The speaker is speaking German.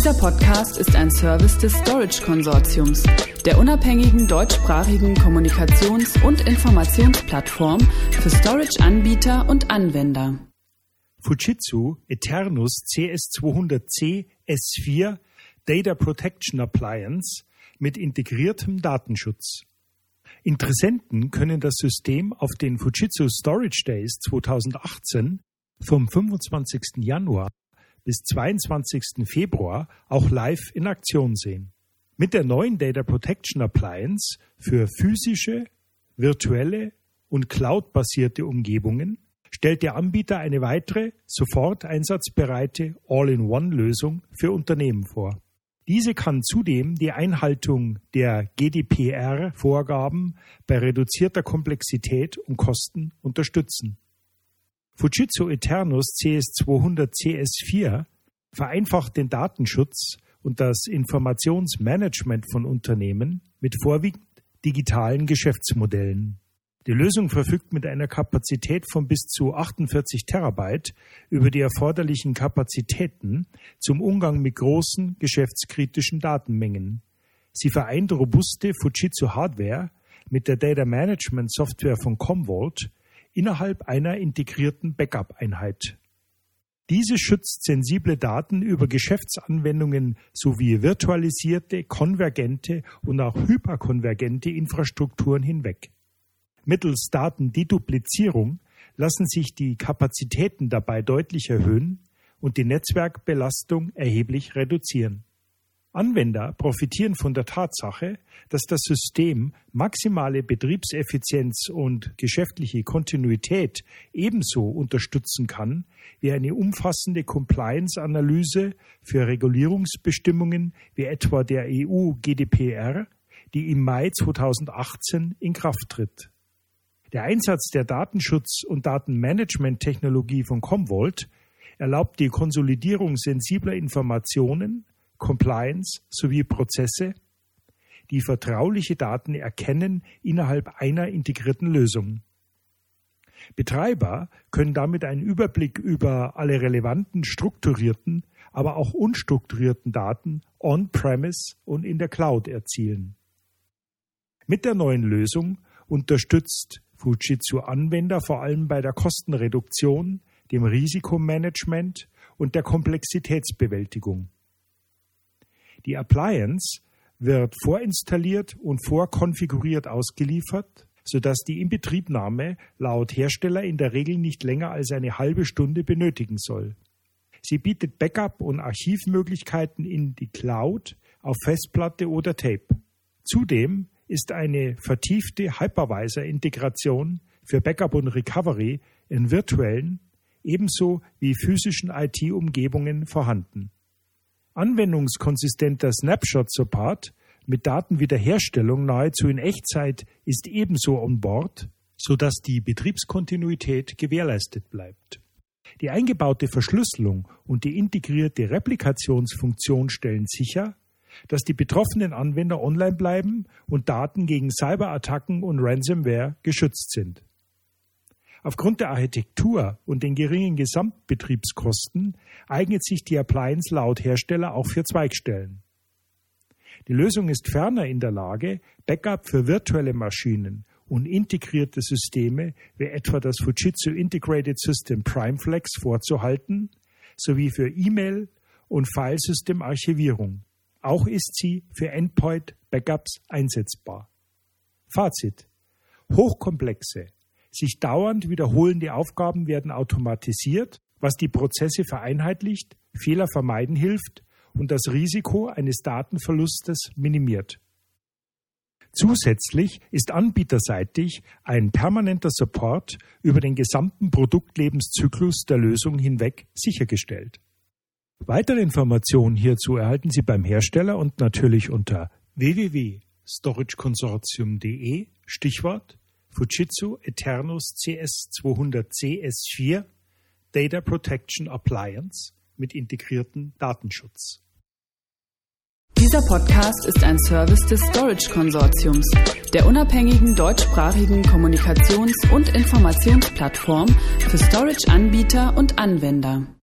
Dieser Podcast ist ein Service des Storage Konsortiums, der unabhängigen deutschsprachigen Kommunikations- und Informationsplattform für Storage-Anbieter und Anwender. Fujitsu Eternus CS200C S4 Data Protection Appliance mit integriertem Datenschutz. Interessenten können das System auf den Fujitsu Storage Days 2018 vom 25. Januar bis 22. Februar auch live in Aktion sehen. Mit der neuen Data Protection Appliance für physische, virtuelle und cloud-basierte Umgebungen stellt der Anbieter eine weitere, sofort einsatzbereite All-in-One-Lösung für Unternehmen vor. Diese kann zudem die Einhaltung der GDPR-Vorgaben bei reduzierter Komplexität und Kosten unterstützen. Fujitsu Eternus CS200C S4 vereinfacht den Datenschutz und das Informationsmanagement von Unternehmen mit vorwiegend digitalen Geschäftsmodellen. Die Lösung verfügt mit einer Kapazität von bis zu 48 Terabyte über die erforderlichen Kapazitäten zum Umgang mit großen geschäftskritischen Datenmengen. Sie vereint robuste Fujitsu-Hardware mit der Data Management Software von Commvault innerhalb einer integrierten Backup-Einheit. Diese schützt sensible Daten über Geschäftsanwendungen sowie virtualisierte, konvergente und auch hyperkonvergente Infrastrukturen hinweg. Mittels Datendeduplizierung lassen sich die Kapazitäten dabei deutlich erhöhen und die Netzwerkbelastung erheblich reduzieren. Anwender profitieren von der Tatsache, dass das System maximale Betriebseffizienz und geschäftliche Kontinuität ebenso unterstützen kann wie eine umfassende Compliance-Analyse für Regulierungsbestimmungen wie etwa der EU-GDPR, die im Mai 2018 in Kraft tritt. Der Einsatz der Datenschutz- und Datenmanagement-Technologie von Commvault erlaubt die Konsolidierung sensibler Informationen, Compliance sowie Prozesse, die vertrauliche Daten erkennen innerhalb einer integrierten Lösung. Betreiber können damit einen Überblick über alle relevanten strukturierten, aber auch unstrukturierten Daten on-premise und in der Cloud erzielen. Mit der neuen Lösung unterstützt Fujitsu-Anwender vor allem bei der Kostenreduktion, dem Risikomanagement und der Komplexitätsbewältigung. Die Appliance wird vorinstalliert und vorkonfiguriert ausgeliefert, sodass die Inbetriebnahme laut Hersteller in der Regel nicht länger als eine halbe Stunde benötigen soll. Sie bietet Backup- und Archivmöglichkeiten in die Cloud, auf Festplatte oder Tape. Zudem ist eine vertiefte Hypervisor-Integration für Backup und Recovery in virtuellen ebenso wie physischen IT-Umgebungen vorhanden. Anwendungskonsistenter Snapshot-Support mit Datenwiederherstellung nahezu in Echtzeit ist ebenso on board, sodass die Betriebskontinuität gewährleistet bleibt. Die eingebaute Verschlüsselung und die integrierte Replikationsfunktion stellen sicher, dass die betroffenen Anwender online bleiben und Daten gegen Cyberattacken und Ransomware geschützt sind. Aufgrund der Architektur und den geringen Gesamtbetriebskosten eignet sich die Appliance laut Hersteller auch für Zweigstellen. Die Lösung ist ferner in der Lage, Backup für virtuelle Maschinen und integrierte Systeme wie etwa das Fujitsu Integrated System PrimeFlex vorzuhalten, sowie für E-Mail- und Filesystemarchivierung. Auch ist sie für Endpoint-Backups einsetzbar. Fazit: Hochkomplexe, sich dauernd wiederholende Aufgaben werden automatisiert, was die Prozesse vereinheitlicht, Fehler vermeiden hilft und das Risiko eines Datenverlustes minimiert. Zusätzlich ist anbieterseitig ein permanenter Support über den gesamten Produktlebenszyklus der Lösung hinweg sichergestellt. Weitere Informationen hierzu erhalten Sie beim Hersteller und natürlich unter www.storageconsortium.de, Stichwort Fujitsu Eternus CS200C S4 Data Protection Appliance mit integriertem Datenschutz. Dieser Podcast ist ein Service des Storage Konsortiums, der unabhängigen deutschsprachigen Kommunikations- und Informationsplattform für Storage-Anbieter und Anwender.